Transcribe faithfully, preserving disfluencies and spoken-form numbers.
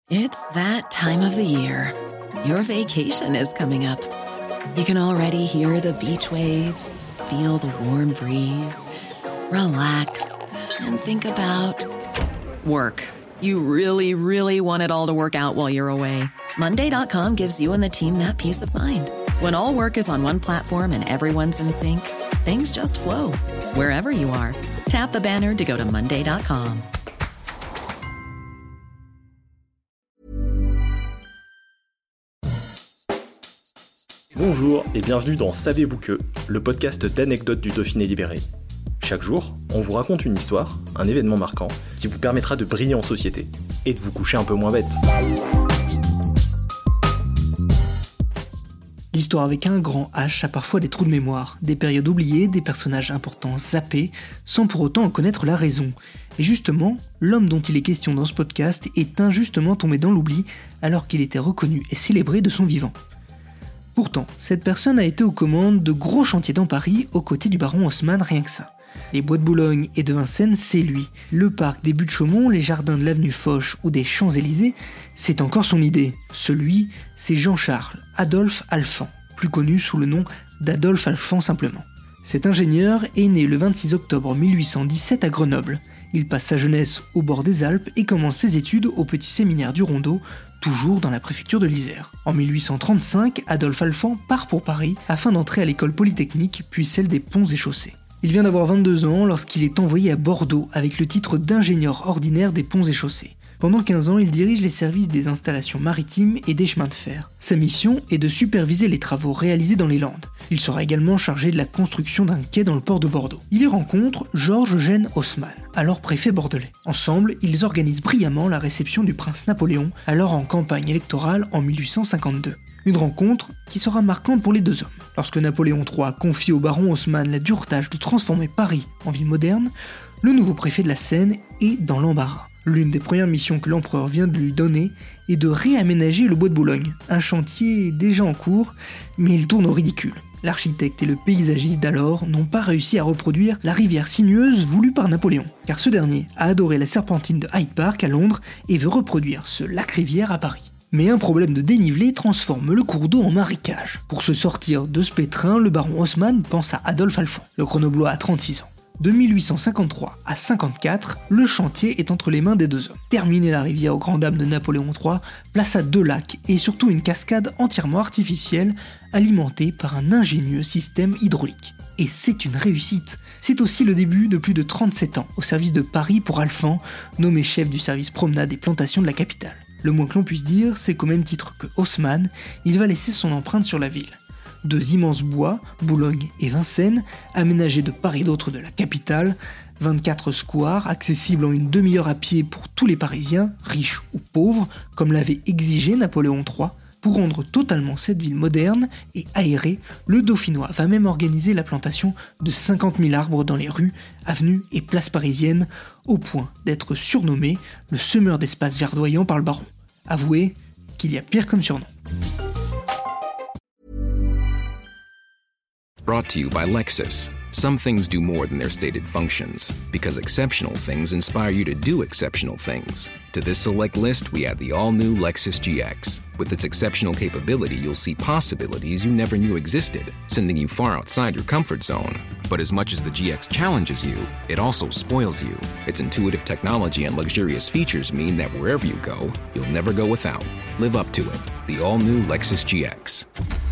It's that time of the year. Your vacation is coming up. You can already hear the beach waves, feel the warm breeze, relax, and think about work. You really, really want it all to work out while you're away. Monday dot com gives you and the team that peace of mind. When all work is on one platform and everyone's in sync, things just flow. Wherever you are, tap the banner to go to Monday dot com. Bonjour et bienvenue dans Savez-vous que, le podcast d'anecdotes du Dauphiné libéré. Chaque jour, on vous raconte une histoire, un événement marquant, qui vous permettra de briller en société et de vous coucher un peu moins bête. L'histoire avec un grand H a parfois des trous de mémoire, des périodes oubliées, des personnages importants zappés, sans pour autant en connaître la raison. Et justement, l'homme dont il est question dans ce podcast est injustement tombé dans l'oubli alors qu'il était reconnu et célébré de son vivant. Pourtant, cette personne a été aux commandes de gros chantiers dans Paris, aux côtés du baron Haussmann, rien que ça. Les bois de Boulogne et de Vincennes, c'est lui. Le parc des Buttes-Chaumont, les jardins de l'avenue Foch ou des Champs-Élysées, c'est encore son idée. Celui, c'est Jean-Charles Adolphe Alphand, plus connu sous le nom d'Adolphe Alphand simplement. Cet ingénieur est né le vingt-six octobre mille huit cent dix-sept à Grenoble. Il passe sa jeunesse au bord des Alpes et commence ses études au petit séminaire du Rondeau, toujours dans la préfecture de l'Isère. En mille huit cent trente-cinq, Adolphe Alphand part pour Paris afin d'entrer à l'école polytechnique, puis celle des ponts et chaussées. Il vient d'avoir vingt-deux ans lorsqu'il est envoyé à Bordeaux avec le titre d'ingénieur ordinaire des ponts et chaussées. Pendant quinze ans, il dirige les services des installations maritimes et des chemins de fer. Sa mission est de superviser les travaux réalisés dans les Landes. Il sera également chargé de la construction d'un quai dans le port de Bordeaux. Il y rencontre Georges-Eugène Haussmann, alors préfet bordelais. Ensemble, ils organisent brillamment la réception du prince Napoléon, alors en campagne électorale en mille huit cent cinquante-deux. Une rencontre qui sera marquante pour les deux hommes. Lorsque Napoléon trois confie au baron Haussmann la dure tâche de transformer Paris en ville moderne, le nouveau préfet de la Seine est dans l'embarras. L'une des premières missions que l'empereur vient de lui donner est de réaménager le bois de Boulogne, un chantier déjà en cours, mais il tourne au ridicule. L'architecte et le paysagiste d'alors n'ont pas réussi à reproduire la rivière sinueuse voulue par Napoléon, car ce dernier a adoré la serpentine de Hyde Park à Londres et veut reproduire ce lac-rivière à Paris. Mais un problème de dénivelé transforme le cours d'eau en marécage. Pour se sortir de ce pétrin, le baron Haussmann pense à Adolphe Alphand. Le Grenoblois a trente-six ans. De mille huit cent cinquante-trois à cinquante-quatre, le chantier est entre les mains des deux hommes. Terminer la rivière aux grandes dames de Napoléon trois plaça deux lacs et surtout une cascade entièrement artificielle alimentée par un ingénieux système hydraulique. Et c'est une réussite. C'est aussi le début de plus de trente-sept ans au service de Paris pour Alphand, nommé chef du service promenade et plantation de la capitale. Le moins que l'on puisse dire, c'est qu'au même titre que Haussmann, il va laisser son empreinte sur la ville. Deux immenses bois, Boulogne et Vincennes, aménagés de part et d'autre de la capitale, vingt-quatre squares accessibles en une demi-heure à pied pour tous les Parisiens, riches ou pauvres, comme l'avait exigé Napoléon trois. Pour rendre totalement cette ville moderne et aérée, le Dauphinois va même organiser la plantation de cinquante mille arbres dans les rues, avenues et places parisiennes, au point d'être surnommé le semeur d'espaces verdoyants par le baron. Avouez qu'il y a pire comme surnom. Brought to you by Lexus. Some things do more than their stated functions, because exceptional things inspire you to do exceptional things. To this select list, we add the all-new Lexus G X. With its exceptional capability, you'll see possibilities you never knew existed, sending you far outside your comfort zone. But as much as the G X challenges you, it also spoils you. Its intuitive technology and luxurious features mean that wherever you go, you'll never go without. Live up to it. The all-new Lexus G X.